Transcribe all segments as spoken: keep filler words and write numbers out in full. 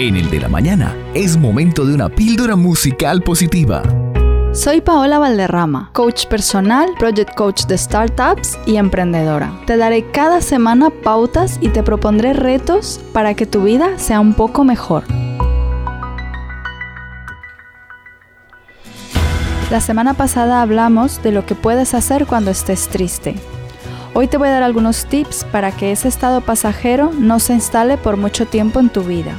En el de la mañana es momento de una píldora musical positiva. Soy Paola Valderrama, coach personal, project coach de startups y emprendedora. Te daré cada semana pautas y te propondré retos para que tu vida sea un poco mejor. La semana pasada hablamos de lo que puedes hacer cuando estés triste. Hoy te voy a dar algunos tips para que ese estado pasajero no se instale por mucho tiempo en tu vida.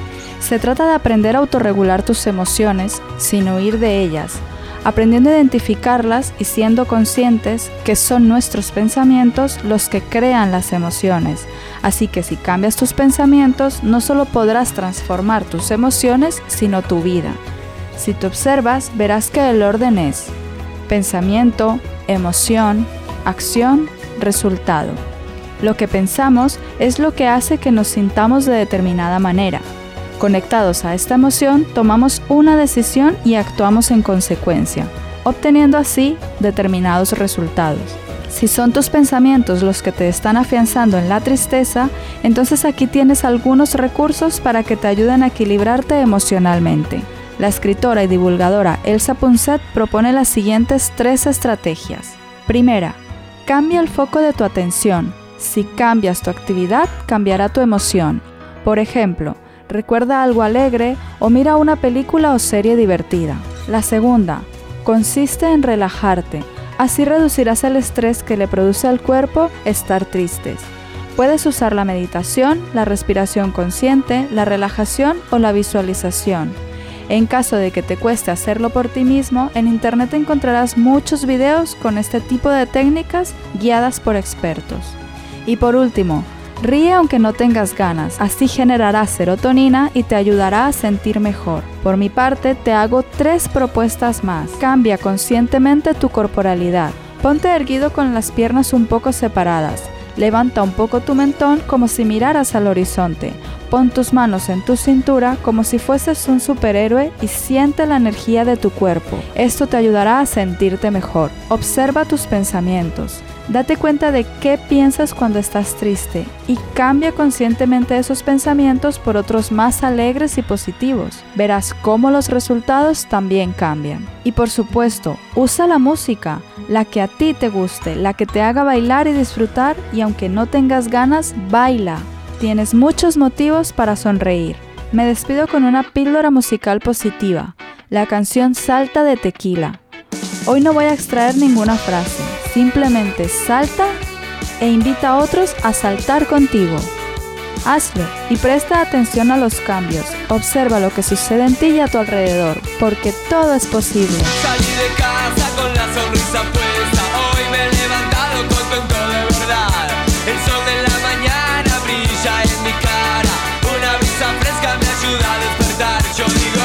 Se trata de aprender a autorregular tus emociones sin huir de ellas, aprendiendo a identificarlas y siendo conscientes que son nuestros pensamientos los que crean las emociones. Así que si cambias tus pensamientos, no solo podrás transformar tus emociones, sino tu vida. Si te observas, verás que el orden es pensamiento, emoción, acción, resultado. Lo que pensamos es lo que hace que nos sintamos de determinada manera. Conectados a esta emoción, tomamos una decisión y actuamos en consecuencia, obteniendo así determinados resultados. Si son tus pensamientos los que te están afianzando en la tristeza, entonces aquí tienes algunos recursos para que te ayuden a equilibrarte emocionalmente. La escritora y divulgadora Elsa Punset propone las siguientes tres estrategias. Primera, cambia el foco de tu atención. Si cambias tu actividad, cambiará tu emoción. Por ejemplo, recuerda algo alegre o mira una película o serie divertida. La segunda, consiste en relajarte. Así reducirás el estrés que le produce al cuerpo estar tristes. Puedes usar la meditación, la respiración consciente, la relajación o la visualización. En caso de que te cueste hacerlo por ti mismo, en internet encontrarás muchos videos con este tipo de técnicas guiadas por expertos. Y por último, ríe aunque no tengas ganas, así generarás serotonina y te ayudará a sentir mejor. Por mi parte, te hago tres propuestas más. Cambia conscientemente tu corporalidad. Ponte erguido con las piernas un poco separadas. Levanta un poco tu mentón como si miraras al horizonte. Pon tus manos en tu cintura como si fueses un superhéroe y siente la energía de tu cuerpo. Esto te ayudará a sentirte mejor. Observa tus pensamientos. Date cuenta de qué piensas cuando estás triste y cambia conscientemente esos pensamientos por otros más alegres y positivos. Verás cómo los resultados también cambian. Y por supuesto, usa la música, la que a ti te guste, la que te haga bailar y disfrutar, y aunque no tengas ganas, baila. Tienes muchos motivos para sonreír. Me despido con una píldora musical positiva, la canción Salta de Tequila. Hoy no voy a extraer ninguna frase, simplemente salta e invita a otros a saltar contigo. Hazlo y presta atención a los cambios. Observa lo que sucede en ti y a tu alrededor, porque todo es posible. Salí de casa con la sonrisa puesta, hoy me he levantado contento de verdad. El sol de la mañana brilla en mi cara, una brisa fresca me ayuda a despertar. Yo digo,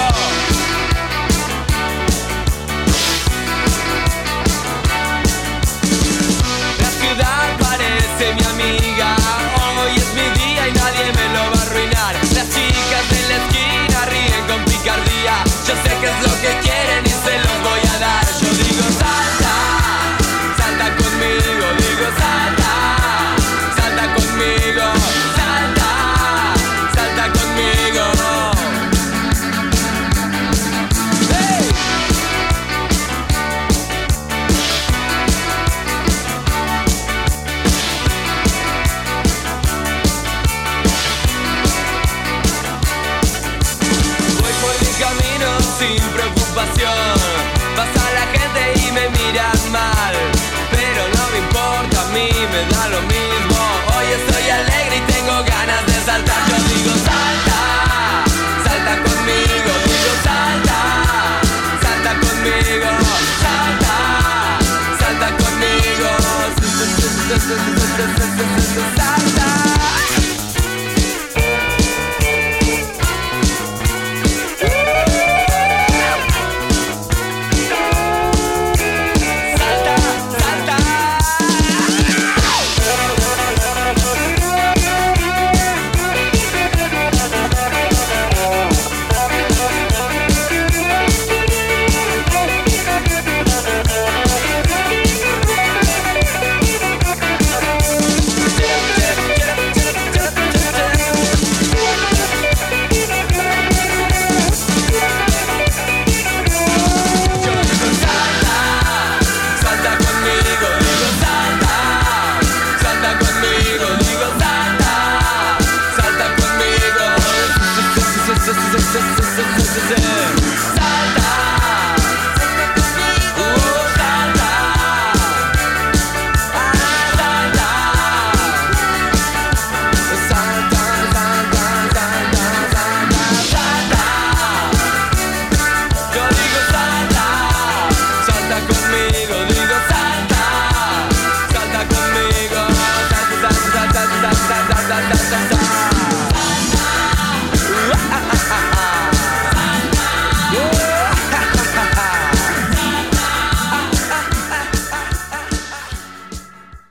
la ciudad parece mi amiga, hoy es mi día y nadie me lo va a arruinar. Las chicas de la esquina ríen con picardía, yo sé que es lo que quieren y se los voy a dar. Yo digo salta, salta conmigo, digo salta, salta conmigo, salta, salta conmigo. Hey. Voy por mi camino sin preocupación,